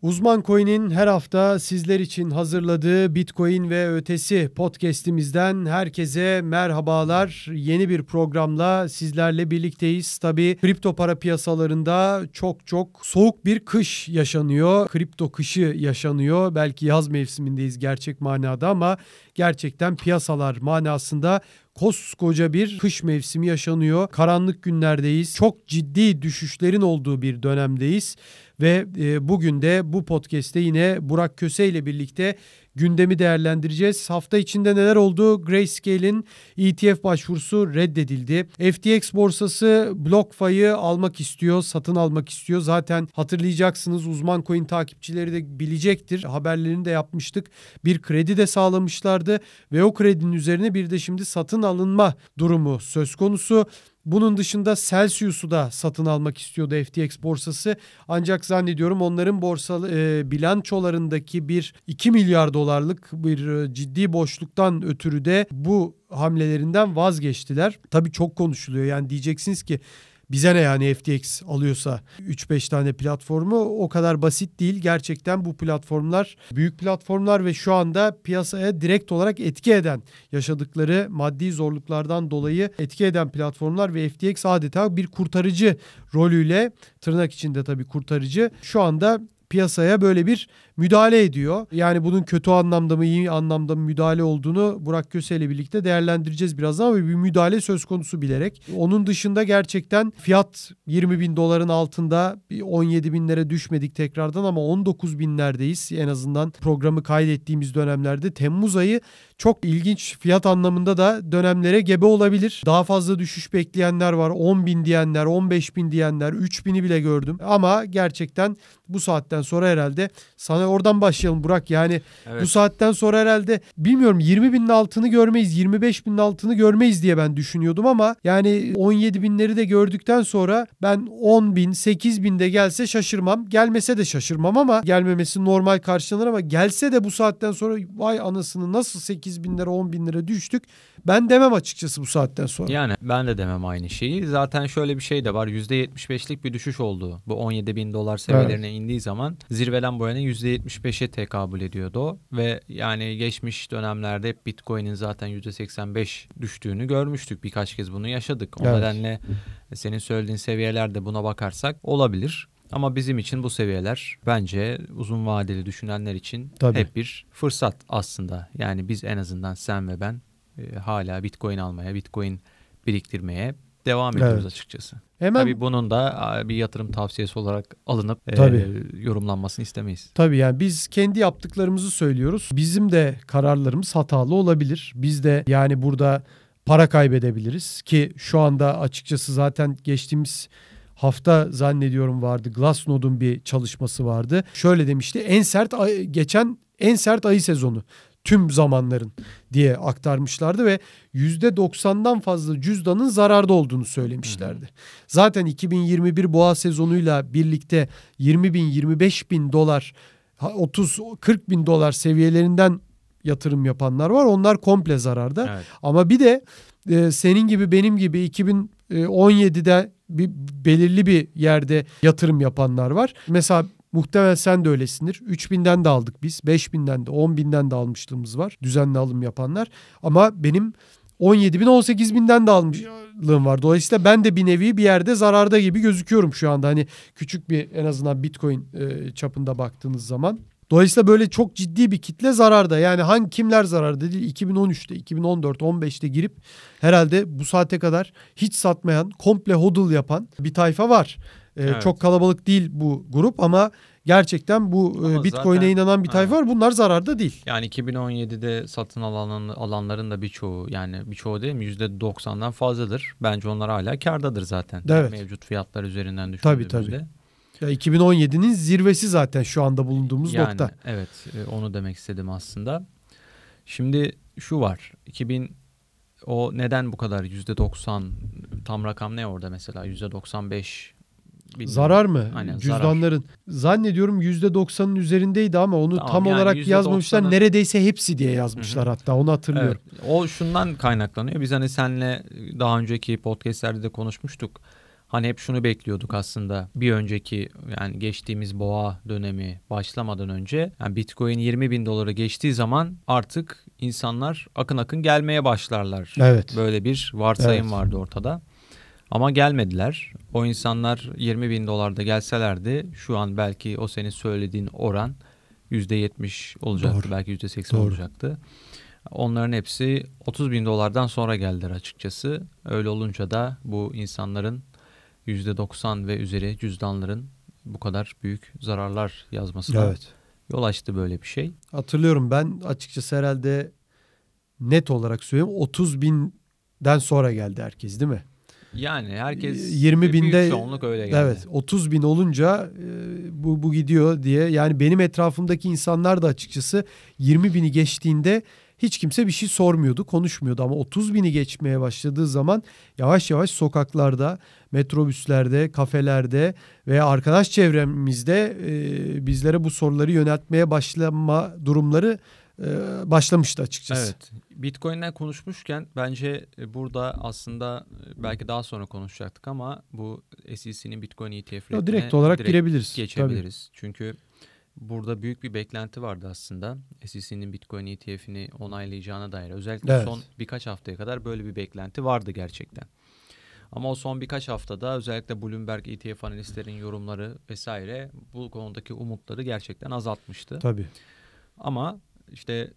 Uzman Coin'in her hafta sizler için hazırladığı Bitcoin ve ötesi podcast'imizden herkese merhabalar. Yeni bir programla sizlerle birlikteyiz. Tabii kripto para piyasalarında çok soğuk bir kış yaşanıyor. Kripto kışı yaşanıyor. Belki yaz mevsimindeyiz gerçek manada ama gerçekten piyasalar manasında koskoca bir kış mevsimi yaşanıyor. Karanlık günlerdeyiz. Çok ciddi düşüşlerin olduğu bir dönemdeyiz. Ve bugün de bu podcast'te yine Burak Köse ile birlikte gündemi değerlendireceğiz. Hafta içinde neler oldu? Grayscale'in ETF başvurusu reddedildi. FTX borsası BlockFi'yi almak istiyor, satın almak istiyor. Zaten hatırlayacaksınız, Uzman Coin takipçileri de bilecektir. Haberlerini de yapmıştık. Bir kredi de sağlamışlardı ve o kredinin üzerine bir de şimdi satın alınma durumu söz konusu. Bunun dışında Celsius'u da satın almak istiyordu FTX borsası. Ancak zannediyorum onların bilançolarındaki bir 2 milyar dolarlık bir ciddi boşluktan ötürü de bu hamlelerinden vazgeçtiler. Tabii çok konuşuluyor. Yani diyeceksiniz ki bize ne yani FTX alıyorsa 3-5 tane platformu, o kadar basit değil. Gerçekten bu platformlar büyük platformlar ve şu anda piyasaya direkt olarak etki eden, yaşadıkları maddi zorluklardan dolayı etki eden platformlar ve FTX adeta bir kurtarıcı rolüyle, tırnak içinde tabii kurtarıcı, şu anda piyasaya böyle bir müdahale ediyor. Yani bunun kötü anlamda mı iyi anlamda mı müdahale olduğunu Burak Köse ile birlikte değerlendireceğiz birazdan ama bir müdahale söz konusu bilerek. Onun dışında gerçekten fiyat 20 bin doların altında, 17 binlere düşmedik tekrardan ama 19 binlerdeyiz. En azından programı kaydettiğimiz dönemlerde Temmuz ayı çok ilginç fiyat anlamında da dönemlere gebe olabilir. Daha fazla düşüş bekleyenler var. 10 bin diyenler, 15 bin diyenler, 3 bini bile gördüm. Ama gerçekten bu saatten sonra herhalde sana oradan başlayalım Burak. Yani evet, bu saatten sonra herhalde bilmiyorum 20 binin altını görmeyiz, 25 binin altını görmeyiz diye ben düşünüyordum ama yani 17 binleri de gördükten sonra ben 10 bin, 8 bin de gelse şaşırmam. Gelmese de şaşırmam ama gelmemesi normal karşılanır ama gelse de bu saatten sonra vay anasını nasıl 8 binlere 10 binlere düştük ben demem açıkçası bu saatten sonra. Yani ben de demem aynı şeyi. Zaten şöyle bir şey de var. %75'lik bir düşüş oldu. Bu 17 bin dolar seviyelerine indiği zaman zirveden bu yana %75'e tekabül ediyordu o. Ve yani geçmiş dönemlerde hep Bitcoin'in zaten %85 düştüğünü görmüştük. Birkaç kez bunu yaşadık. O nedenle senin söylediğin seviyelerde buna bakarsak olabilir. Ama bizim için bu seviyeler bence uzun vadeli düşünenler için hep bir fırsat aslında. Yani biz en azından sen ve ben hala Bitcoin almaya, Bitcoin biriktirmeye devam ediyoruz açıkçası. Tabii bunun da bir yatırım tavsiyesi olarak alınıp yorumlanmasını istemeyiz. Tabii yani biz kendi yaptıklarımızı söylüyoruz. Bizim de kararlarımız hatalı olabilir. Biz de yani burada para kaybedebiliriz ki şu anda açıkçası zaten geçtiğimiz hafta zannediyorum vardı. Glassnode'un bir çalışması vardı. Şöyle demişti. Geçen en sert ayı sezonu tüm zamanların diye aktarmışlardı ve %90'dan fazla cüzdanın zararda olduğunu söylemişlerdi. Zaten 2021 boğa sezonuyla birlikte 20 bin, 25 bin dolar, 30-40 bin dolar seviyelerinden yatırım yapanlar var. Onlar komple zararda. Evet. Ama bir de senin gibi benim gibi 2017'de belirli bir yerde yatırım yapanlar var. Mesela muhtemelen sen de öylesindir. 3.000'den de aldık biz. 5.000'den de 10.000'den de almışlığımız var. Düzenli alım yapanlar. Ama benim 17.000 18.000'den de almışlığım var. Dolayısıyla ben de bir nevi bir yerde zararda gibi gözüküyorum şu anda. Hani küçük bir en azından Bitcoin çapında baktığınız zaman. Dolayısıyla böyle çok ciddi bir kitle zararda. Yani kimler zararda değil? 2013'te, 2014, 15'te girip herhalde bu saate kadar hiç satmayan, komple hodl yapan bir tayfa var. Çok kalabalık değil bu grup ama gerçekten bu Bitcoin'e inanan bir tayfa var. Bunlar zararda değil. Yani 2017'de satın alanların da birçoğu, yani birçoğu değil mi, %90'dan fazladır. Bence onlar hala kârdadır zaten. Evet. Mevcut fiyatlar üzerinden düşündüğümüzde. Tabii. Ya 2017'nin zirvesi zaten şu anda bulunduğumuz nokta. Evet, onu demek istedim aslında. Şimdi şu var. O neden bu kadar %90, tam rakam ne orada mesela? %95 zarar mı? Aynen, cüzdanların. Zannediyorum %90'ın üzerindeydi ama onu tam olarak yazmamışlar. Neredeyse hepsi diye yazmışlar hatta. Onu hatırlıyorum. Evet, o şundan kaynaklanıyor. Biz hani seninle daha önceki podcastlerde de konuşmuştuk. Hani hep şunu bekliyorduk aslında bir önceki yani geçtiğimiz boğa dönemi başlamadan önce yani Bitcoin 20 bin doları geçtiği zaman artık insanlar akın akın gelmeye başlarlar. Evet. Böyle bir varsayım Evet. vardı ortada. Ama gelmediler. O insanlar 20 bin dolarda gelselerdi şu an belki o senin söylediğin oran %70 olacaktı. Doğru. Belki %80 Doğru. olacaktı. Onların hepsi 30 bin dolardan sonra geldiler açıkçası. Öyle olunca da bu insanların %90 ve üzeri cüzdanların bu kadar büyük zararlar yazmasına Evet. yol açtı böyle bir şey. Hatırlıyorum, ben açıkçası herhalde net olarak söyleyeyim 30 binden sonra geldi herkes, değil mi? Yani herkes 20 binde büyük çoğunluk öyle geldi. evet, 30 bin olunca bu gidiyor diye, yani benim etrafımdaki insanlar da açıkçası 20 bini geçtiğinde hiç kimse bir şey sormuyordu, konuşmuyordu, ama 30 bini geçmeye başladığı zaman yavaş yavaş sokaklarda, metrobüslerde, kafelerde veya arkadaş çevremizde bizlere bu soruları yöneltmeye başlama durumları başlamıştı açıkçası. Evet. Bitcoin'den konuşmuşken bence burada aslında belki daha sonra konuşacaktık ama bu SEC'nin Bitcoin ETF'lerine Direkt olarak girebiliriz. geçebiliriz. Çünkü burada büyük bir beklenti vardı aslında. SEC'nin Bitcoin ETF'ini onaylayacağına dair. Özellikle Evet. son birkaç haftaya kadar böyle bir beklenti vardı gerçekten. Ama o son birkaç haftada özellikle Bloomberg ETF analistlerin yorumları vesaire bu konudaki umutları gerçekten azaltmıştı. Tabii. Ama işte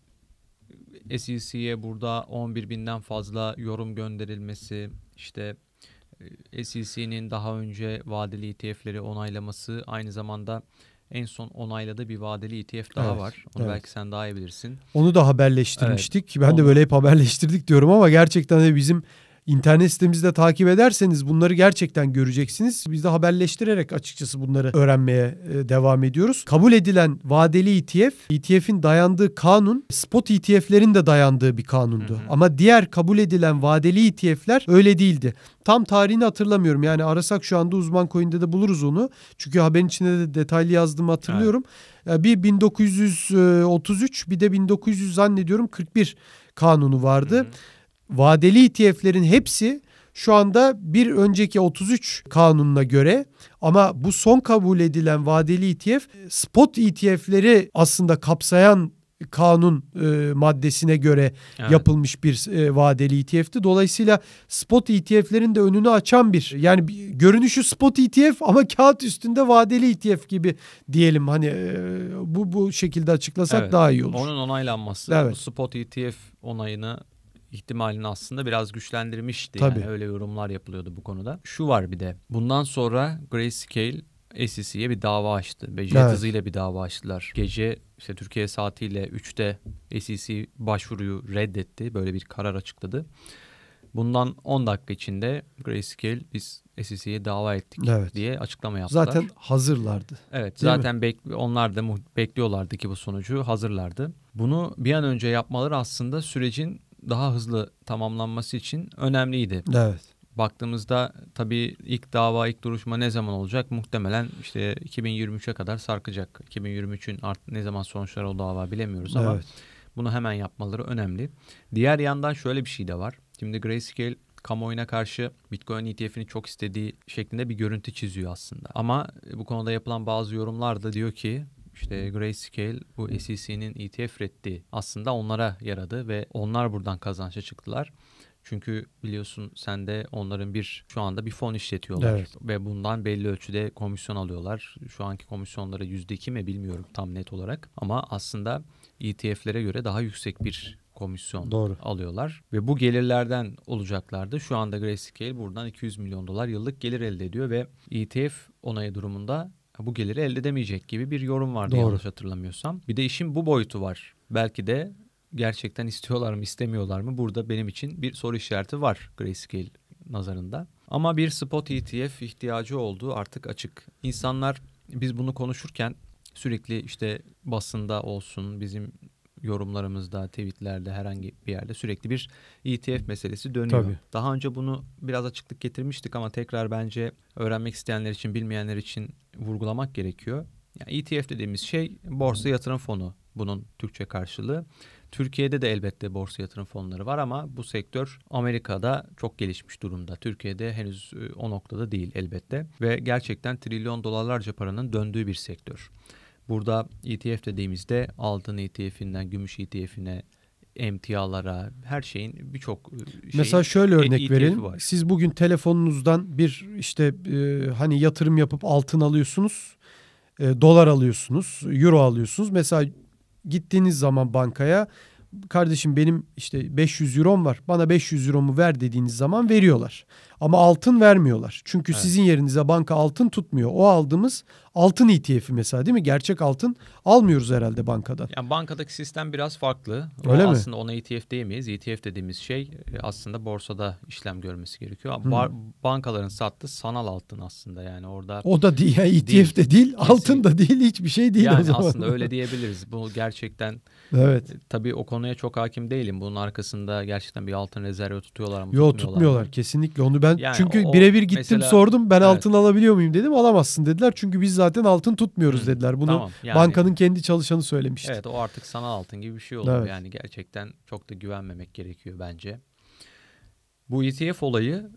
SEC'ye burada 11 binden fazla yorum gönderilmesi, işte SEC'nin daha önce vadeli ETF'leri onaylaması, aynı zamanda en son onayladığı bir vadeli ETF daha Evet, var. Onu evet. belki sen daha iyi bilirsin. Onu da haberleştirmiştik. Evet, Ben de onu- böyle hep haberleştirdik diyorum ama gerçekten de bizim internet sitemizde takip ederseniz bunları gerçekten göreceksiniz. Biz de haberleştirerek açıkçası bunları öğrenmeye devam ediyoruz. Kabul edilen vadeli ETF'in dayandığı kanun spot ETF'lerin de dayandığı bir kanundu. Hı hı. Ama diğer kabul edilen vadeli ETF'ler öyle değildi. Tam tarihini hatırlamıyorum. Yani arasak şu anda Uzman Coin'de de buluruz onu. Çünkü haberin içinde de detaylı yazdığımı hatırlıyorum. Bir 1933, bir de 1900 zannediyorum 41 kanunu vardı. Hı hı. Vadeli ETF'lerin hepsi şu anda bir önceki 33 kanununa göre, ama bu son kabul edilen vadeli ETF spot ETF'leri aslında kapsayan kanun maddesine göre Evet. yapılmış bir vadeli ETF'ti. Dolayısıyla spot ETF'lerin de önünü açan bir, yani görünüşü spot ETF ama kağıt üstünde vadeli ETF gibi diyelim. Hani bu şekilde açıklasak Evet. daha iyi olur. Onun onaylanması Evet. bu spot ETF onayını ihtimalini aslında biraz güçlendirmişti. Tabii. Yani öyle yorumlar yapılıyordu bu konuda. Şu var bir de. Bundan sonra Grayscale SEC'ye bir dava açtı. Ve jet Evet. hızıyla bir dava açtılar. Gece işte Türkiye saatiyle 3'te SEC başvuruyu reddetti. Böyle bir karar açıkladı. Bundan 10 dakika içinde Grayscale biz SEC'ye dava ettik Evet. diye açıklama yaptılar. Zaten hazırlardı. Evet, Değil zaten onlar da bekliyorlardı ki bu sonucu hazırlardı. Bunu bir an önce yapmaları aslında sürecin daha hızlı tamamlanması için önemliydi. Evet. Baktığımızda tabii ilk duruşma ne zaman olacak? Muhtemelen işte 2023'e kadar sarkacak. 2023'ün artık ne zaman sonuçları o dava bilemiyoruz ama Evet. bunu hemen yapmaları önemli. Diğer yandan şöyle bir şey de var. Şimdi Grayscale kamuoyuna karşı Bitcoin ETF'ini çok istediği şeklinde bir görüntü çiziyor aslında. Ama bu konuda yapılan bazı yorumlar da diyor ki işte Grayscale bu SEC'nin ETF reddi aslında onlara yaradı ve onlar buradan kazançla çıktılar. Çünkü biliyorsun sen de onların şu anda bir fon işletiyorlar. Evet. Ve bundan belli ölçüde komisyon alıyorlar. Şu anki komisyonları %2 mi bilmiyorum tam net olarak. Ama aslında ETF'lere göre daha yüksek bir komisyon Doğru. alıyorlar. Ve bu gelirlerden olacaklardı. Şu anda Grayscale buradan 200 milyon dolar yıllık gelir elde ediyor ve ETF onayı durumunda bu geliri elde edemeyecek gibi bir yorum vardı Doğru. yanlış hatırlamıyorsam. Bir de işin bu boyutu var. Belki de gerçekten istiyorlar mı istemiyorlar mı? Burada benim için bir soru işareti var Grayscale nazarında. Ama bir spot ETF ihtiyacı olduğu artık açık. İnsanlar biz bunu konuşurken sürekli işte basında olsun, bizim yorumlarımızda, tweetlerde, herhangi bir yerde sürekli bir ETF meselesi dönüyor. Tabii. Daha önce bunu biraz açıklık getirmiştik ama tekrar bence öğrenmek isteyenler için, bilmeyenler için vurgulamak gerekiyor. Yani ETF dediğimiz şey borsa yatırım fonu, bunun Türkçe karşılığı. Türkiye'de de elbette borsa yatırım fonları var ama bu sektör Amerika'da çok gelişmiş durumda. Türkiye'de henüz o noktada değil elbette ve gerçekten trilyon dolarlarca paranın döndüğü bir sektör. Burada ETF dediğimizde altın ETF'inden gümüş ETF'ine, emtialara, her şeyin birçok Mesela şöyle örnek ETF'i verelim. var. Siz bugün telefonunuzdan bir işte hani yatırım yapıp altın alıyorsunuz, dolar alıyorsunuz, euro alıyorsunuz. Mesela gittiğiniz zaman bankaya, kardeşim benim işte 500 eurom var, bana 500 euromu ver dediğiniz zaman veriyorlar. Ama altın vermiyorlar. Çünkü Evet. sizin yerinize banka altın tutmuyor. O aldığımız altın ETF'i mesela, değil mi? Gerçek altın almıyoruz herhalde bankadan. Yani bankadaki sistem biraz farklı. Öyle mi? Aslında ona ETF diyemeyiz. ETF dediğimiz şey aslında borsada işlem görmesi gerekiyor. Bankaların sattığı sanal altın aslında, yani orada. O da değil, yani ETF de değil, altın da değil, hiçbir şey değil yani o zaman. aslında öyle diyebiliriz. Bu gerçekten Evet. tabii o konuya çok hakim değilim. Bunun arkasında gerçekten bir altın rezervi tutuyorlar mı? Yo, tutmuyorlar kesinlikle. Onu ben Yani çünkü o birebir gittim mesela, sordum, ben evet. altın alabiliyor muyum dedim, alamazsın dediler. Çünkü biz zaten altın tutmuyoruz dediler. Bunu Tamam, yani, bankanın kendi çalışanı söylemişti. Evet, o artık sanal altın gibi bir şey oluyor. Evet. Yani gerçekten çok da güvenmemek gerekiyor bence. Bu ETF olayı,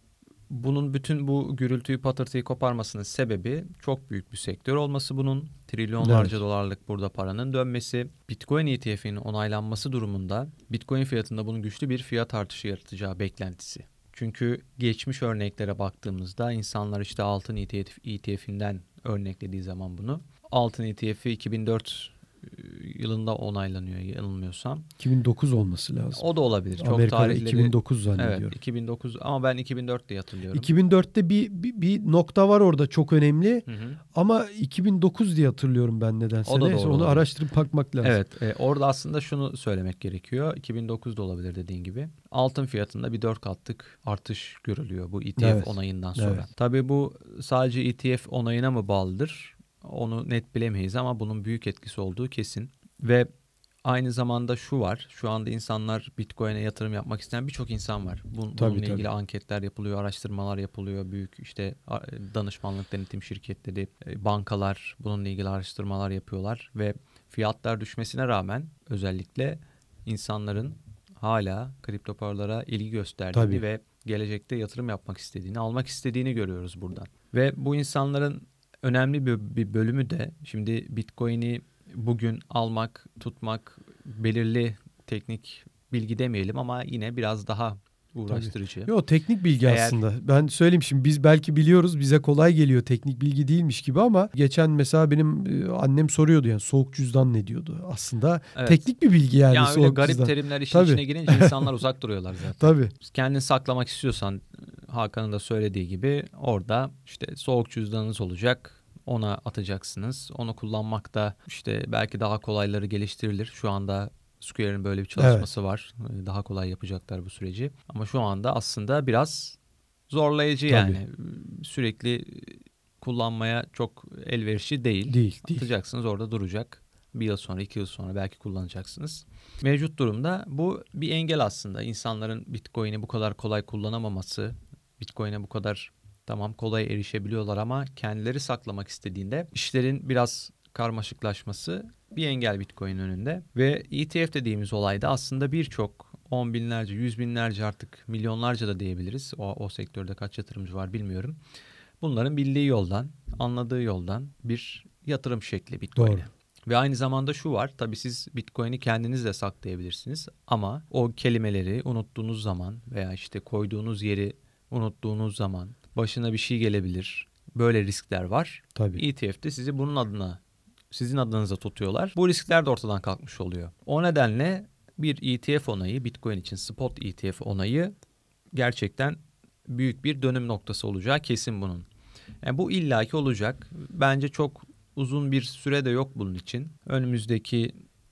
bunun bütün bu gürültüyü patırtıyı koparmasının sebebi çok büyük bir sektör olması bunun. Trilyonlarca dolarlık burada paranın dönmesi. Bitcoin ETF'inin onaylanması durumunda Bitcoin fiyatında bunun güçlü bir fiyat artışı yaratacağı beklentisi. Çünkü geçmiş örneklere baktığımızda insanlar işte altın ETF'inden örneklediği zaman bunu. Altın ETF'i 2004 yılında onaylanıyor yanılmıyorsam. 2009 olması lazım. O da olabilir. Çok Amerika'da tarihleri 2009 zannediyorum. Evet, 2009 ama ben 2004 diye hatırlıyorum. 2004'te bir nokta var orada çok önemli. Hı hı. Ama 2009 diye hatırlıyorum ben nedense. O da Neyse, doğru onu olabilir. araştırıp bakmak lazım. Evet, orada aslında şunu söylemek gerekiyor. 2009'da olabilir dediğin gibi. Altın fiyatında bir 4 katlık artış görülüyor bu ETF onayından sonra. Evet. Tabii bu sadece ETF onayına mı bağlıdır? Onu net bilemeyiz ama bunun büyük etkisi olduğu kesin. Ve aynı zamanda şu var. Şu anda insanlar Bitcoin'e yatırım yapmak isteyen birçok insan var. Bununla ilgili anketler yapılıyor, araştırmalar yapılıyor. Büyük işte danışmanlık denetim şirketleri, bankalar bununla ilgili araştırmalar yapıyorlar ve fiyatlar düşmesine rağmen özellikle insanların hala kripto paralara ilgi gösterdiğini ve gelecekte yatırım yapmak istediğini, almak istediğini görüyoruz buradan. Ve bu insanların önemli bir bölümü de şimdi Bitcoin'i bugün almak, tutmak belirli teknik bilgi demeyelim ama yine biraz daha uğraştırıcı. Yo, teknik bilgi aslında. Ben söyleyeyim, şimdi biz belki biliyoruz, bize kolay geliyor, teknik bilgi değilmiş gibi ama geçen mesela benim annem soruyordu, yani soğuk cüzdan ne diyordu. Aslında teknik bir bilgi yani soğuk öyle garip cüzdan. terimler işin içine girince insanlar uzak duruyorlar zaten. Tabii. Kendini saklamak istiyorsan, Hakan'ın da söylediği gibi, orada işte soğuk cüzdanınız olacak. Ona atacaksınız. Onu kullanmakta işte belki daha kolayları geliştirilir. Şu anda Square'in böyle bir çalışması var. Daha kolay yapacaklar bu süreci. Ama şu anda aslında biraz zorlayıcı yani. Sürekli kullanmaya çok elverişli değil. Atacaksınız, orada duracak. Bir yıl sonra, 2 yıl sonra belki kullanacaksınız. Mevcut durumda bu bir engel aslında. İnsanların Bitcoin'i bu kadar kolay kullanamaması, Bitcoin'e bu kadar kolay erişebiliyorlar ama kendileri saklamak istediğinde işlerin biraz karmaşıklaşması bir engel Bitcoin önünde. Ve ETF dediğimiz olayda aslında birçok 10 binlerce, 100 binlerce, artık milyonlarca da diyebiliriz. O sektörde kaç yatırımcı var bilmiyorum. Bunların bildiği yoldan, anladığı yoldan bir yatırım şekli Bitcoin'e. Ve aynı zamanda şu var, tabii siz Bitcoin'i kendiniz de saklayabilirsiniz ama o kelimeleri unuttuğunuz zaman veya işte koyduğunuz yeri unuttuğunuz zaman başına bir şey gelebilir. Böyle riskler var. ETF'de sizi bunun adına, sizin adınıza tutuyorlar. Bu riskler de ortadan kalkmış oluyor. O nedenle bir ETF onayı, Bitcoin için spot ETF onayı gerçekten büyük bir dönüm noktası olacağı kesin bunun. Yani bu illaki olacak. Bence çok uzun bir süre de yok bunun için. Önümüzdeki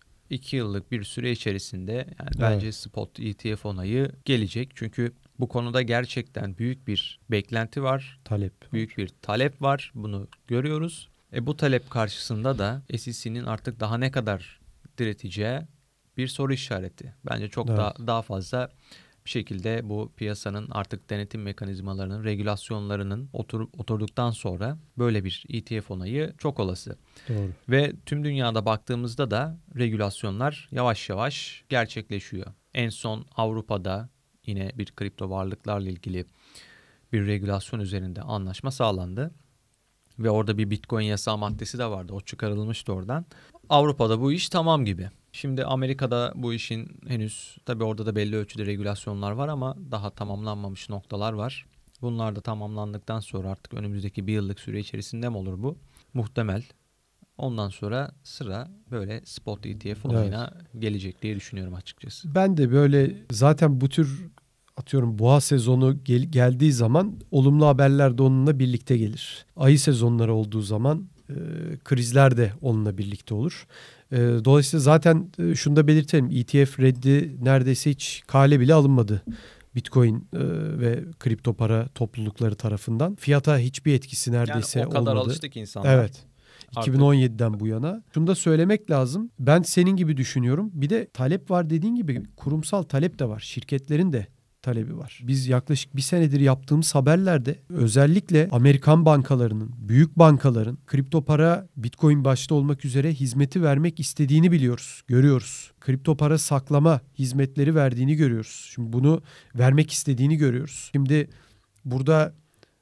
2 yıllık bir süre içerisinde bence spot ETF onayı gelecek. Çünkü bu konuda gerçekten büyük bir beklenti var. Büyük bir talep var. Bunu görüyoruz. Bu talep karşısında da SEC'nin artık daha ne kadar direteceği bir soru işareti. Bence çok daha fazla bir şekilde bu piyasanın artık denetim mekanizmalarının, regülasyonlarının oturduktan sonra böyle bir ETF onayı çok olası. Doğru. Ve tüm dünyada baktığımızda da regülasyonlar yavaş yavaş gerçekleşiyor. En son Avrupa'da yine bir kripto varlıklarla ilgili bir regülasyon üzerinde anlaşma sağlandı. Ve orada bir Bitcoin yasağı maddesi de vardı. O çıkarılmıştı oradan. Avrupa'da bu iş tamam gibi. Şimdi Amerika'da bu işin henüz, tabii orada da belli ölçüde regülasyonlar var ama daha tamamlanmamış noktalar var. Bunlar da tamamlandıktan sonra artık önümüzdeki bir yıllık süre içerisinde mi olur bu? Muhtemel. Ondan sonra sıra böyle spot ETF olayına gelecek diye düşünüyorum açıkçası. Ben de böyle zaten bu tür atıyorum boğa sezonu geldiği zaman olumlu haberler de onunla birlikte gelir. Ayı sezonları olduğu zaman krizler de onunla birlikte olur. Dolayısıyla zaten şunu da belirtelim. ETF reddi neredeyse hiç kale bile alınmadı. Bitcoin ve kripto para toplulukları tarafından. Fiyata hiçbir etkisi neredeyse olmadı. Yani o kadar alıştık insanlar. Evet. 2017'den bu yana. Şunu da söylemek lazım. Ben senin gibi düşünüyorum. Bir de talep var dediğin gibi kurumsal talep de var. Şirketlerin de talebi var. Biz yaklaşık bir senedir yaptığımız haberlerde özellikle Amerikan bankalarının, büyük bankaların kripto para, Bitcoin başta olmak üzere hizmeti vermek istediğini biliyoruz, görüyoruz. Kripto para saklama hizmetleri verdiğini görüyoruz. Şimdi bunu vermek istediğini görüyoruz. Şimdi burada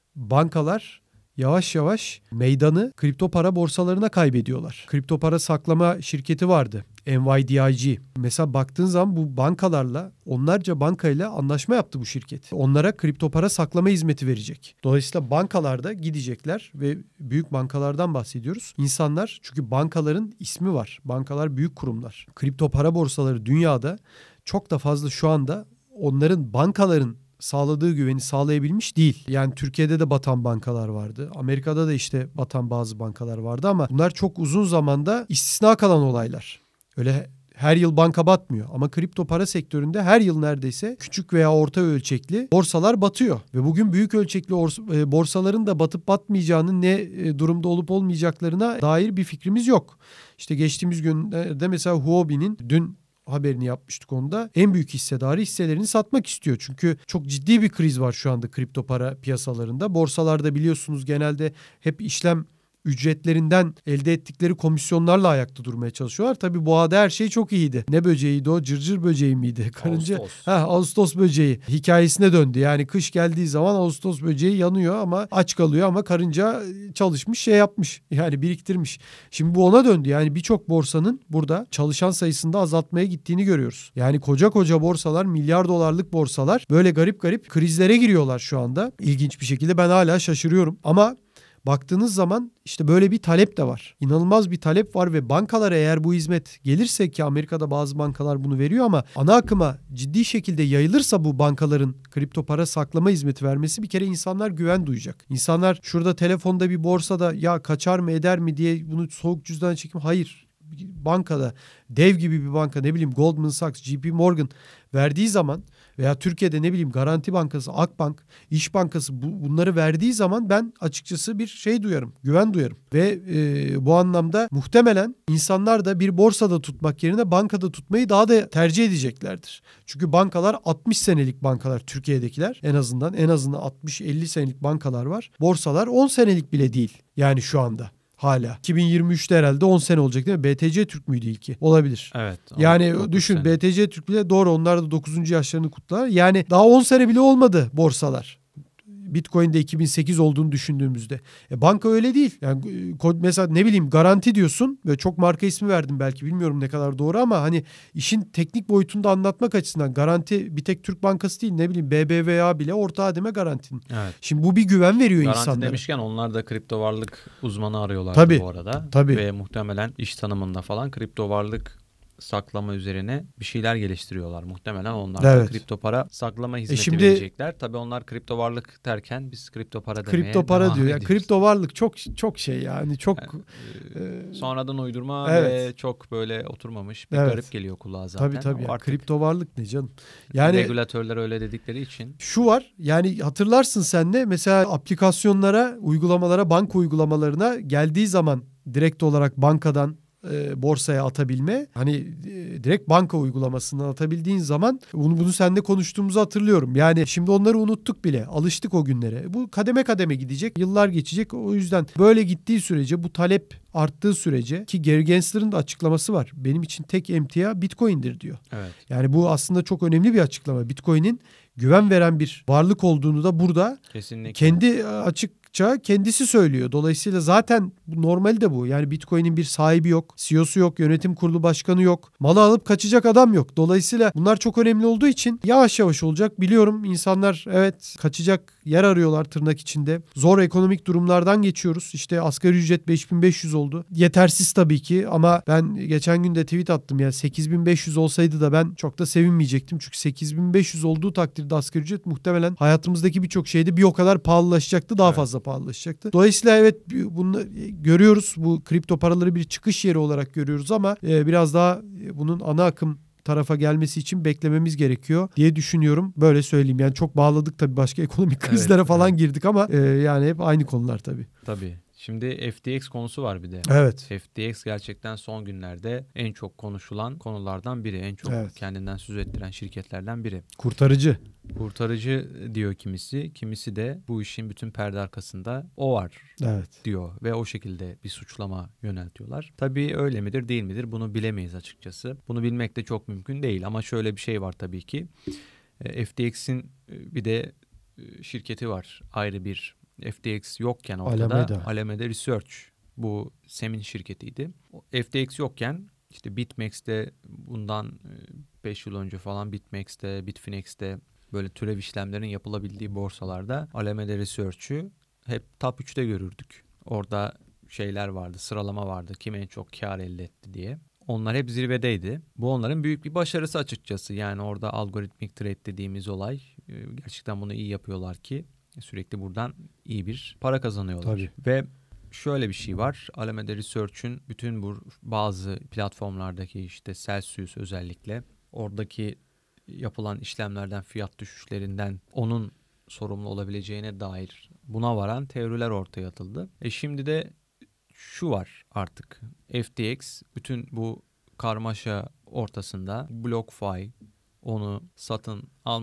bankalar yavaş yavaş meydanı kripto para borsalarına kaybediyorlar. Kripto para saklama şirketi vardı. NYDIG. Mesela baktığın zaman bu bankalarla, onlarca bankayla anlaşma yaptı bu şirket. Onlara kripto para saklama hizmeti verecek. Dolayısıyla bankalarda gidecekler ve büyük bankalardan bahsediyoruz. İnsanlar, çünkü bankaların ismi var. Bankalar büyük kurumlar. Kripto para borsaları dünyada çok da fazla şu anda onların, bankaların sağladığı güveni sağlayabilmiş değil. Yani Türkiye'de de batan bankalar vardı. Amerika'da da işte batan bazı bankalar vardı ama bunlar çok uzun zamanda istisna kalan olaylar. Öyle her yıl banka batmıyor ama kripto para sektöründe her yıl neredeyse küçük veya orta ölçekli borsalar batıyor. Ve bugün büyük ölçekli borsaların da batıp batmayacağının ne durumda olup olmayacaklarına dair bir fikrimiz yok. İşte geçtiğimiz günlerde mesela Huobi'nin dün haberini yapmıştık onda. En büyük hissedarı hisselerini satmak istiyor. Çünkü çok ciddi bir kriz var şu anda kripto para piyasalarında. Borsalarda biliyorsunuz genelde hep işlem ücretlerinden elde ettikleri komisyonlarla ayakta durmaya çalışıyorlar. Tabii boğada her şey çok iyiydi. Ne böceğiydi o? Cırcır böceği miydi? Karınca. Ağustos. Ağustos böceği hikayesine döndü. Yani kış geldiği zaman Ağustos böceği yanıyor ama aç kalıyor ama karınca çalışmış, şey yapmış. Yani biriktirmiş. Şimdi bu ona döndü. Yani birçok borsanın burada çalışan sayısında azaltmaya gittiğini görüyoruz. Yani koca koca borsalar, milyar dolarlık borsalar böyle garip garip krizlere giriyorlar şu anda. İlginç bir şekilde ben hala şaşırıyorum. Ama baktığınız zaman işte böyle bir talep de var. İnanılmaz bir talep var ve bankalara eğer bu hizmet gelirse, ki Amerika'da bazı bankalar bunu veriyor ama ana akıma ciddi şekilde yayılırsa bu bankaların kripto para saklama hizmeti vermesi, bir kere insanlar güven duyacak. İnsanlar şurada telefonda bir borsada ya kaçar mı eder mi diye bunu soğuk cüzdan çekim, hayır. Bankada, dev gibi bir banka, ne bileyim Goldman Sachs, JP Morgan verdiği zaman veya Türkiye'de ne bileyim Garanti Bankası, Akbank, İş Bankası bunları verdiği zaman ben açıkçası bir şey duyarım, güven duyarım. Ve bu anlamda muhtemelen insanlar da bir borsada tutmak yerine bankada tutmayı daha da tercih edeceklerdir. Çünkü bankalar 60 senelik bankalar, Türkiye'dekiler en azından 60-50 senelik bankalar var. Borsalar 10 senelik bile değil yani şu anda. Hala. 2023'te herhalde 10 sene olacak değil mi? BTC Türk müydü ilki? Olabilir. Evet. Yani düşün sene. BTC Türk bile, doğru, onlar da 9. yaşlarını kutlar. Yani daha 10 sene bile olmadı borsalar. Bitcoin'de 2008 olduğunu düşündüğümüzde. Banka öyle değil. Yani mesela ne bileyim Garanti diyorsun ve çok marka ismi verdim belki, bilmiyorum ne kadar doğru ama hani işin teknik boyutunu da anlatmak açısından Garanti bir tek Türk Bankası değil, ne bileyim BBVA bile orta hademe Garanti'nin. Evet. Şimdi bu bir güven veriyor Garanti insanlara. Demişken onlar da kripto varlık uzmanı arıyorlar bu arada. Tabii. Ve muhtemelen iş tanımında falan kripto varlık saklama üzerine bir şeyler geliştiriyorlar. Muhtemelen onlar da kripto para saklama hizmeti verecekler. Tabii onlar kripto varlık derken biz kripto para demeye kripto para devam diyor. ediyoruz. Kripto varlık çok şey yani çok sonradan uydurma ve çok böyle oturmamış bir garip geliyor kulağa zaten. Tabii. Yani kripto varlık ne canım? Yani regülatörler öyle dedikleri için. Şu var. Yani hatırlarsın sen de mesela aplikasyonlara, uygulamalara, banka uygulamalarına geldiği zaman direkt olarak bankadan borsaya atabilme. Hani direkt banka uygulamasından atabildiğin zaman bunu seninle konuştuğumuzu hatırlıyorum. Yani şimdi onları unuttuk bile. Alıştık o günlere. Bu kademe kademe gidecek. Yıllar geçecek. O yüzden böyle gittiği sürece, bu talep arttığı sürece, ki Gary Gensler'ın da açıklaması var. Benim için tek emtia Bitcoin'dir diyor. Evet. Yani bu aslında çok önemli bir açıklama. Bitcoin'in güven veren bir varlık olduğunu da burada Kesinlikle. kendi açıkça kendisi söylüyor. Dolayısıyla zaten normali de bu. Yani Bitcoin'in bir sahibi yok, CEO'su yok, yönetim kurulu başkanı yok. Malı alıp kaçacak adam yok. Dolayısıyla bunlar çok önemli olduğu için yavaş yavaş olacak. Biliyorum insanlar evet kaçacak yer arıyorlar tırnak içinde. Zor ekonomik durumlardan geçiyoruz. İşte asgari ücret 5.500 oldu. Yetersiz tabii ki ama ben geçen gün de tweet attım. Yani 8.500 olsaydı da ben çok da sevinmeyecektim. Çünkü 8.500 olduğu takdirde asgari ücret muhtemelen hayatımızdaki birçok şeyde bir o kadar pahalılaşacaktı. Daha fazla pahalılaşacaktı. Dolayısıyla evet bunu görüyoruz. Bu kripto paraları bir çıkış yeri olarak görüyoruz ama biraz daha bunun ana akım tarafa gelmesi için beklememiz gerekiyor diye düşünüyorum. Böyle söyleyeyim. Yani çok bağladık tabii, başka ekonomik krizlere falan girdik ama yani hep aynı konular tabii. Tabii. Şimdi FTX konusu var bir de. Evet. FTX gerçekten son günlerde en çok konuşulan konulardan biri. En çok kendinden söz ettiren şirketlerden biri. Kurtarıcı. Kurtarıcı diyor kimisi. Kimisi de bu işin bütün perde arkasında o var diyor. Ve o şekilde bir suçlama yöneltiyorlar. Tabii öyle midir değil midir bunu bilemeyiz açıkçası. Bunu bilmek de çok mümkün değil. Ama şöyle bir şey var tabii ki. FTX'in bir de şirketi var. Ayrı bir FTX yokken ortada Alameda Research, bu Sam'in şirketiydi. FTX yokken işte BitMEX'te bundan 5 yıl önce falan BitMEX'te, Bitfinex'te böyle türev işlemlerin yapılabildiği borsalarda Alameda Research'ü hep top 3'te görürdük. Orada şeyler vardı, sıralama vardı. Kim en çok kar elde etti diye. Onlar hep zirvedeydi. Bu onların büyük bir başarısı açıkçası. Yani orada algoritmik trade dediğimiz olay, gerçekten bunu iyi yapıyorlar ki sürekli buradan iyi bir para kazanıyorlar. Tabii. Ve şöyle bir şey var. Alameda Research'ün bütün bu bazı platformlardaki işte Celsius özellikle oradaki yapılan işlemlerden, fiyat düşüşlerinden onun sorumlu olabileceğine dair buna varan teoriler ortaya atıldı. Şimdi de şu var artık. FTX bütün bu karmaşa ortasında BlockFi onu satın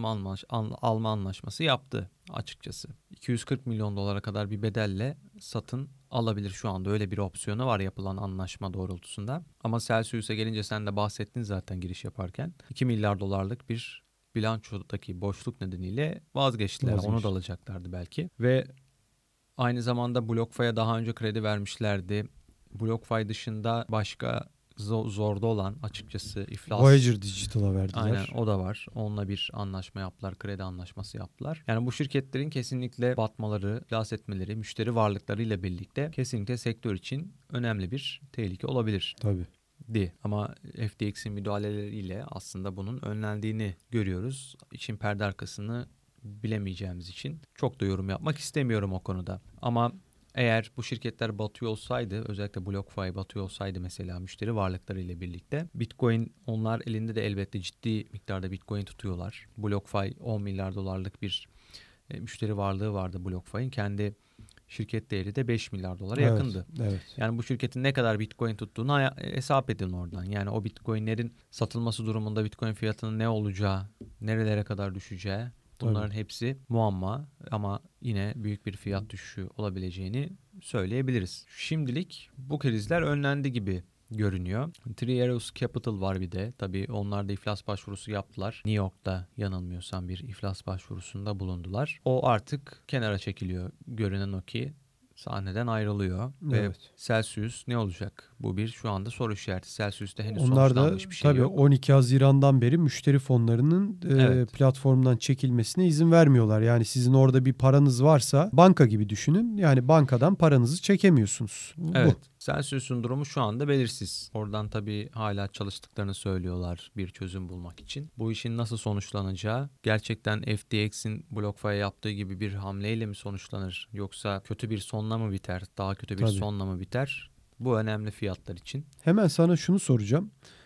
alma anlaşması yaptı açıkçası. 240 milyon dolara kadar bir bedelle satın alabilir şu anda. Öyle bir opsiyonu var yapılan anlaşma doğrultusunda. Ama Celsius'a gelince sen de bahsettin zaten giriş yaparken. 2 milyar dolarlık bir bilançodaki boşluk nedeniyle vazgeçtiler. Onu da alacaklardı belki. Ve aynı zamanda BlockFi'ye daha önce kredi vermişlerdi. BlockFi dışında başka zorda olan açıkçası iflas. Voyager Digital'a verdiler. Aynen, o da var. Onunla bir anlaşma yaptılar. Kredi anlaşması yaptılar. Yani bu şirketlerin kesinlikle batmaları, iflas etmeleri, müşteri varlıklarıyla birlikte kesinlikle sektör için önemli bir tehlike olabilir. Tabii. Ama FTX'in müdahaleleriyle aslında bunun önlendiğini görüyoruz. İçin perde arkasını bilemeyeceğimiz için çok da yorum yapmak istemiyorum o konuda. Ama eğer bu şirketler batıyor olsaydı, özellikle BlockFi batıyor olsaydı mesela müşteri varlıkları ile birlikte, Bitcoin, onlar elinde de elbette ciddi miktarda Bitcoin tutuyorlar. BlockFi 10 milyar dolarlık bir müşteri varlığı vardı BlockFi'nin. Kendi şirket değeri de 5 milyar dolara yakındı. Evet. Yani bu şirketin ne kadar Bitcoin tuttuğunu hesap edin oradan. Yani o Bitcoin'lerin satılması durumunda Bitcoin fiyatının ne olacağı, nerelere kadar düşeceği, bunların hepsi muamma ama yine büyük bir fiyat düşüşü olabileceğini söyleyebiliriz. Şimdilik bu krizler önlendi gibi görünüyor. Three Arrows Capital var bir de. Tabii onlar da iflas başvurusu yaptılar. New York'ta yanılmıyorsam bir iflas başvurusunda bulundular. O artık kenara çekiliyor. Görünen o ki sahneden ayrılıyor. Ve Celsius ne olacak? Bu bir şu anda soru işareti. Celsius'ta henüz sonuçlanmış bir şey tabii yok. 12 Haziran'dan beri müşteri fonlarının platformdan çekilmesine izin vermiyorlar. Yani sizin orada bir paranız varsa banka gibi düşünün. Yani bankadan paranızı çekemiyorsunuz. Evet. Celsius'un durumu şu anda belirsiz. Oradan tabii hala çalıştıklarını söylüyorlar bir çözüm bulmak için. Bu işin nasıl sonuçlanacağı, gerçekten FTX'in BlockFi'ye yaptığı gibi bir hamleyle mi sonuçlanır, yoksa kötü bir sonla mı biter, daha kötü bir sonla mı biter? Bu önemli fiyatlar için. Hemen sana şunu soracağım.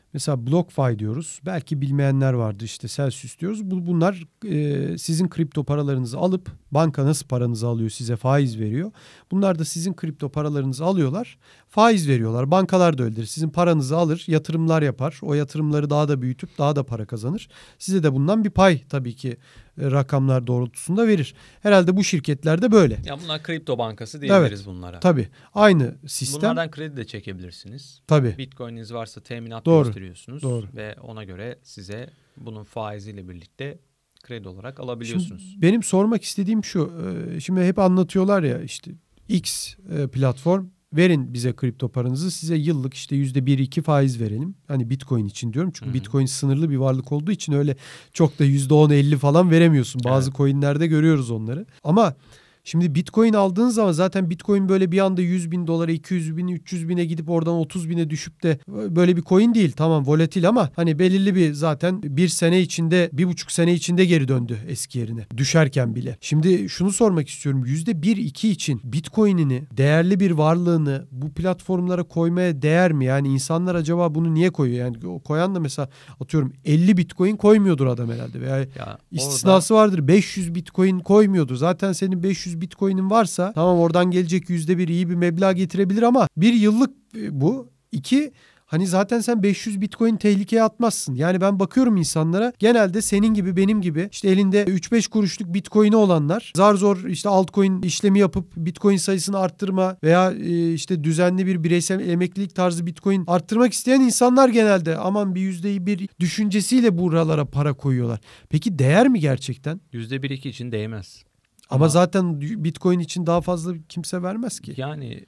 Mesela BlockFi diyoruz. Belki bilmeyenler vardır, işte Celsius diyoruz. Bunlar sizin kripto paralarınızı alıp, banka nasıl paranızı alıyor, size faiz veriyor. Bunlar da sizin kripto paralarınızı alıyorlar, faiz veriyorlar. Bankalar da öyledir. Sizin paranızı alır, yatırımlar yapar. O yatırımları daha da büyütüp daha da para kazanır. Size de bundan bir pay tabii ki rakamlar doğrultusunda verir. Herhalde bu şirketler de böyle. Ya bunlar kripto bankası diyebiliriz bunlara. Tabii. Aynı sistem. Bunlardan kredi de çekebilirsiniz. Tabii. Bitcoin'iniz varsa teminat Doğru. gösteriyorsunuz. Doğru. Ve ona göre size bunun faiziyle birlikte kredi olarak alabiliyorsunuz. Şimdi benim sormak istediğim şu. Şimdi hep anlatıyorlar ya, işte X platform, verin bize kripto paranızı, size yıllık işte %1-2 faiz verelim. Hani Bitcoin için diyorum. Çünkü Bitcoin sınırlı bir varlık olduğu için öyle çok da %10-50 falan veremiyorsun. Bazı coinlerde görüyoruz onları. Ama şimdi Bitcoin aldığın zaman zaten Bitcoin böyle bir anda 100 bin dolara, 200 bin, 300 bine gidip oradan 30 bine düşüp de böyle bir coin değil. Tamam, volatil ama hani belirli bir, zaten bir sene içinde, 1,5 sene içinde geri döndü eski yerine. Düşerken bile. Şimdi şunu sormak istiyorum. %1-2 için Bitcoin'ini, değerli bir varlığını bu platformlara koymaya değer mi? Yani insanlar acaba bunu niye koyuyor? Yani o koyan da mesela atıyorum 50 Bitcoin koymuyordur adam herhalde. Veya istisnası vardır. 500 Bitcoin koymuyordur. Zaten senin 500 Bitcoin'in varsa tamam, oradan gelecek %1 iyi bir meblağ getirebilir ama bir yıllık bu. 2, hani zaten sen 500 Bitcoin tehlikeye atmazsın. Yani ben bakıyorum insanlara, genelde senin gibi benim gibi işte elinde 3-5 kuruşluk Bitcoin'i olanlar, zar zor işte altcoin işlemi yapıp Bitcoin sayısını arttırma veya işte düzenli bir bireysel emeklilik tarzı Bitcoin arttırmak isteyen insanlar genelde aman bir %1 düşüncesiyle buralara para koyuyorlar. Peki değer mi gerçekten? %1-2 için değmez. Ama zaten Bitcoin için daha fazla kimse vermez ki. Yani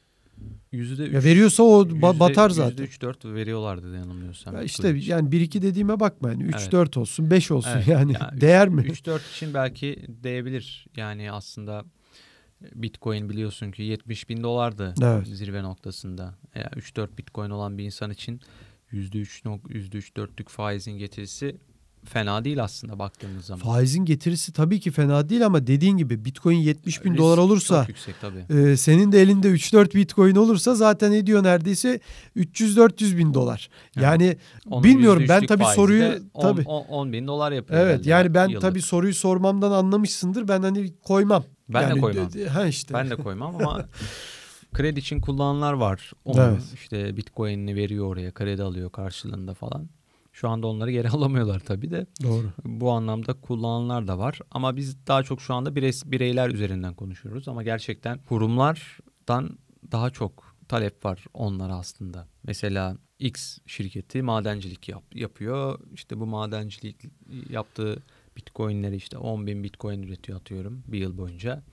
%3. Ya veriyorsa o batar zaten. %3-4 veriyorlardı yanılmıyorsam. Ya işte yani 1-2 dediğime bakma yani. 3-4 evet. olsun, 5 olsun evet. yani. Değer mi? 3-4 için belki değebilir. Yani aslında Bitcoin biliyorsun ki 70 bin dolardı zirve noktasında. 3-4 Bitcoin olan bir insan için %3-4'lük faizin getirisi fena değil aslında baktığımız zaman. Faizin getirisi tabii ki fena değil ama dediğin gibi Bitcoin 70 bin dolar olursa, çok yüksek tabii. Senin de elinde 3-4 Bitcoin olursa zaten ediyor neredeyse 300-400 bin dolar. Yani bilmiyorum, ben tabii soruyu 10 bin dolar yapıyor. Evet yani ben yıllık. Tabii soruyu sormamdan anlamışsındır. Ben hani koymam. Ben de koymam. İşte. Ben de koymam ama kredi için kullananlar var. Onu işte Bitcoin'ini veriyor oraya, kredi alıyor karşılığında falan. Şu anda onları geri alamıyorlar tabii de. Doğru. Bu anlamda kullananlar da var. Ama biz daha çok şu anda bireyler üzerinden konuşuyoruz. Ama gerçekten kurumlardan daha çok talep var onlara aslında. Mesela X şirketi madencilik yapıyor. İşte bu madencilik yaptığı Bitcoin'leri işte 10 bin Bitcoin üretiyor atıyorum bir yıl boyunca.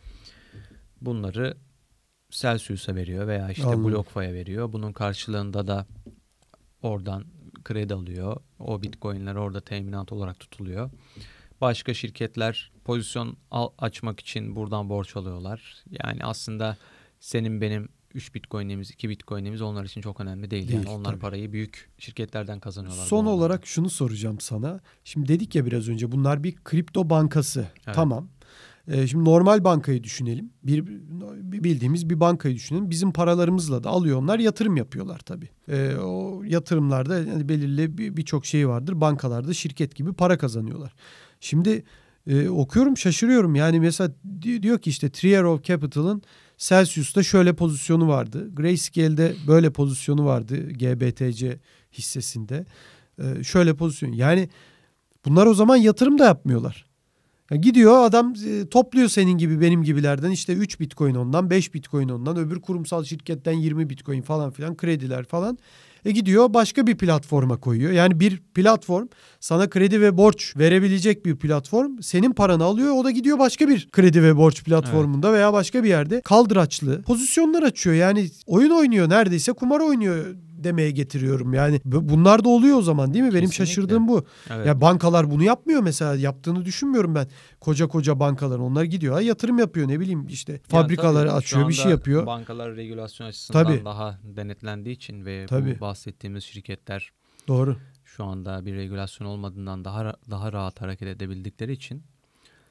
Bunları Celsius'a veriyor veya işte BlockFi'ye veriyor. Bunun karşılığında da oradan kredi alıyor. O Bitcoin'ler orada teminat olarak tutuluyor. Başka şirketler pozisyon açmak için buradan borç alıyorlar. Yani aslında senin benim 3 Bitcoin'imiz, 2 Bitcoin'imiz onlar için çok önemli değil. Yani onlar tabii. Parayı büyük şirketlerden kazanıyorlar. Son olarak şunu soracağım sana. Şimdi dedik ya biraz önce, bunlar bir kripto bankası. Evet. Tamam. Şimdi normal bankayı düşünelim. Bildiğimiz bir bankayı düşünelim. Bizim paralarımızla da alıyor onlar, yatırım yapıyorlar tabii. O yatırımlarda yani belirli birçok şey vardır. Bankalarda şirket gibi para kazanıyorlar. Şimdi okuyorum, şaşırıyorum. Yani mesela diyor ki işte Trier of Capital'ın Celsius'ta şöyle pozisyonu vardı. Grayscale'de böyle pozisyonu vardı. GBTC hissesinde. Şöyle pozisyon. Yani bunlar o zaman yatırım da yapmıyorlar. Yani gidiyor adam topluyor senin gibi benim gibilerden işte 3 Bitcoin ondan, 5 Bitcoin ondan, öbür kurumsal şirketten 20 Bitcoin falan filan, krediler falan. Gidiyor başka bir platforma koyuyor. Yani bir platform sana kredi ve borç verebilecek bir platform. Senin paranı alıyor, o da gidiyor başka bir kredi ve borç platformunda veya başka bir yerde kaldıraçlı pozisyonlar açıyor. Yani oyun oynuyor, neredeyse kumar oynuyor demeye getiriyorum. Yani bunlar da oluyor o zaman değil mi? Benim Kesinlikle. Şaşırdığım bu. Evet. Ya bankalar bunu yapmıyor mesela. Yaptığını düşünmüyorum ben. Koca bankalar, onlar gidiyor. Yatırım yapıyor, ne bileyim işte fabrikaları açıyor, bir şey yapıyor. Bankalar regülasyon açısından tabii. Daha denetlendiği için ve tabii. bu bahsettiğimiz şirketler doğru. Şu anda bir regülasyon olmadığından daha rahat hareket edebildikleri için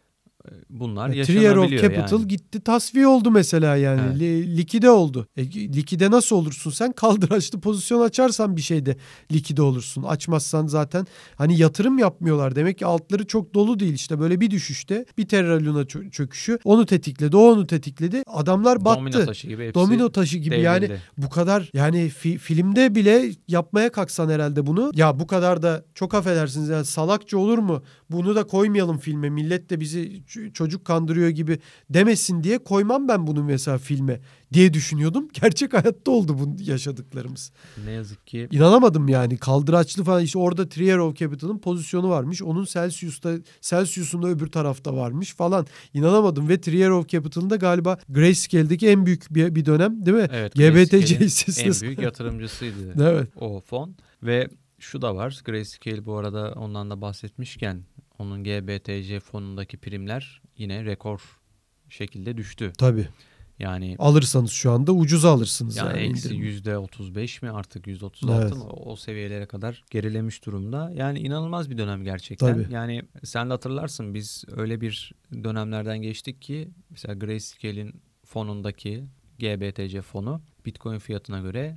bunlar Trier of yaşanabiliyor Capital yani. gitti tasfiye oldu mesela yani. Evet. Likide oldu. Likide nasıl olursun sen? Kaldıraçlı pozisyon açarsan bir şeyde likide olursun. Açmazsan zaten hani yatırım yapmıyorlar. Demek ki altları çok dolu değil işte. Böyle bir düşüşte bir Terra Luna çöküşü onu tetikledi. O onu tetikledi. Adamlar battı. Domino taşı gibi hepsi Domino taşı gibi yani devrildi. bu kadar yani filmde bile yapmaya kalksan herhalde bunu. Ya bu kadar da çok affedersiniz yani salakça olur mu? Bunu da koymayalım filme. Millet de bizi çocuk kandırıyor gibi demesin diye koymam ben bunu mesela filme diye düşünüyordum. Gerçek hayatta oldu bu yaşadıklarımız. Ne yazık ki. İnanamadım yani. Kaldıraçlı falan işte orada Trier of Capital'ın pozisyonu varmış. Onun Celsius'un da öbür tarafta varmış falan. İnanamadım ve Trier of Capital'ın da galiba Grayscale'deki en büyük bir dönem değil mi? Evet, GBTC en hissesi. büyük yatırımcısıydı Evet. o fon. Ve şu da var. Grayscale bu arada ondan da bahsetmişken onun GBTC fonundaki primler yine rekor şekilde düştü. Tabii. Yani Alırsanız şu anda ucuza alırsınız. yani eksi indirim. %35 mi artık %36 Evet. mı o seviyelere kadar gerilemiş durumda. Yani inanılmaz bir dönem gerçekten. Tabii. Yani sen de hatırlarsın biz öyle bir dönemlerden geçtik ki mesela Grayscale'in fonundaki GBTC fonu Bitcoin fiyatına göre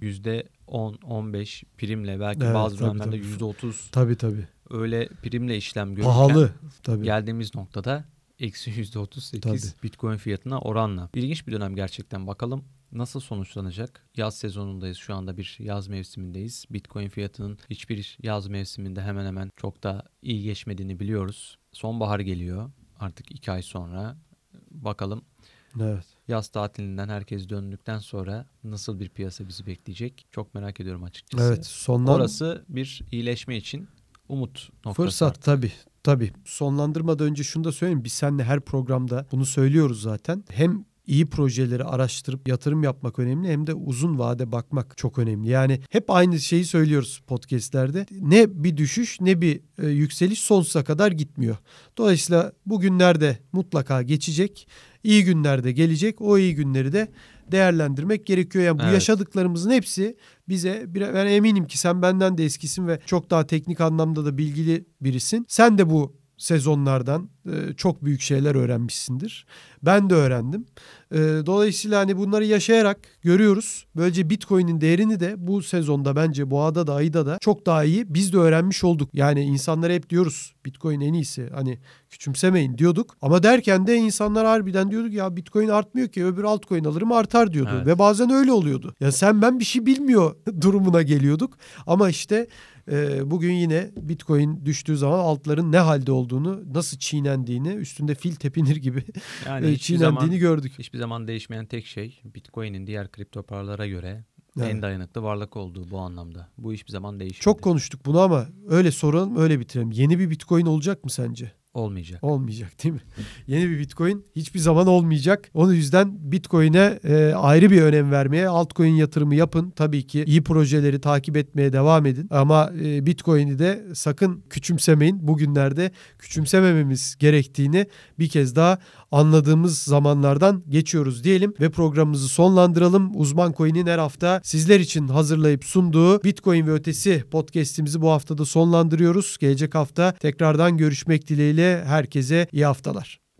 %10-15 primle belki Evet, bazı tabii, dönemlerde tabii. %30 Tabii. öyle primle işlem görürken Pahalı. Tabii. geldiğimiz noktada eksi %38 Tabii. Bitcoin fiyatına oranla. İlginç bir dönem gerçekten. Bakalım nasıl sonuçlanacak? Yaz sezonundayız şu anda, bir yaz mevsimindeyiz. Bitcoin fiyatının hiçbir yaz mevsiminde hemen hemen çok da iyi geçmediğini biliyoruz. Sonbahar geliyor artık 2 ay sonra. Bakalım Evet. yaz tatilinden herkes döndükten sonra nasıl bir piyasa bizi bekleyecek? Çok merak ediyorum açıkçası. Evet. Orası bir iyileşme için umut noktası. Fırsat tabii. Sonlandırmadan önce şunu da söyleyeyim. Biz seninle her programda bunu söylüyoruz zaten. Hem iyi projeleri araştırıp yatırım yapmak önemli hem de uzun vade bakmak çok önemli. Yani hep aynı şeyi söylüyoruz podcastlerde. Ne bir düşüş ne bir yükseliş sonsuza kadar gitmiyor. Dolayısıyla bu günler de mutlaka geçecek. İyi günler de gelecek. O iyi günleri de değerlendirmek gerekiyor. Yani bu Evet. yaşadıklarımızın hepsi bize, ben eminim ki sen benden de eskisin ve çok daha teknik anlamda da bilgili birisin. Sen de bu sezonlardan çok büyük şeyler öğrenmişsindir. Ben de öğrendim. Dolayısıyla hani bunları yaşayarak görüyoruz. Böylece Bitcoin'in değerini de bu sezonda bence boğada da ayda da çok daha iyi biz de öğrenmiş olduk. Yani insanlara hep diyoruz Bitcoin en iyisi. Hani küçümsemeyin diyorduk. Ama derken de insanlar harbiden diyorduk ya Bitcoin artmıyor ki öbür altcoin alırım artar diyordu. Evet. Ve bazen öyle oluyordu. Ya sen ben bir şey bilmiyor durumuna geliyorduk. Ama işte bugün yine Bitcoin düştüğü zaman altların ne halde olduğunu, nasıl çiğnendiğini, üstünde fil tepinir gibi Yani çiğnendiğini gördük. Hiçbir zaman değişmeyen tek şey Bitcoin'in diğer kripto paralara göre Evet. en dayanıklı varlık olduğu bu anlamda. Bu hiçbir zaman değişmedi. Çok konuştuk bunu ama öyle soralım, öyle bitirelim. Yeni bir Bitcoin olacak mı sence? Olmayacak. Olmayacak değil mi? Yeni bir Bitcoin hiçbir zaman olmayacak. Onun yüzden Bitcoin'e ayrı bir önem vermeye, altcoin yatırımı yapın. Tabii ki iyi projeleri takip etmeye devam edin. Ama Bitcoin'i de sakın küçümsemeyin. Bugünlerde küçümsemememiz gerektiğini bir kez daha anladığımız zamanlardan geçiyoruz diyelim ve programımızı sonlandıralım. Uzman Coin'in her hafta sizler için hazırlayıp sunduğu Bitcoin ve Ötesi podcast'imizi bu haftada sonlandırıyoruz. Gelecek hafta tekrardan görüşmek dileğiyle herkese iyi haftalar.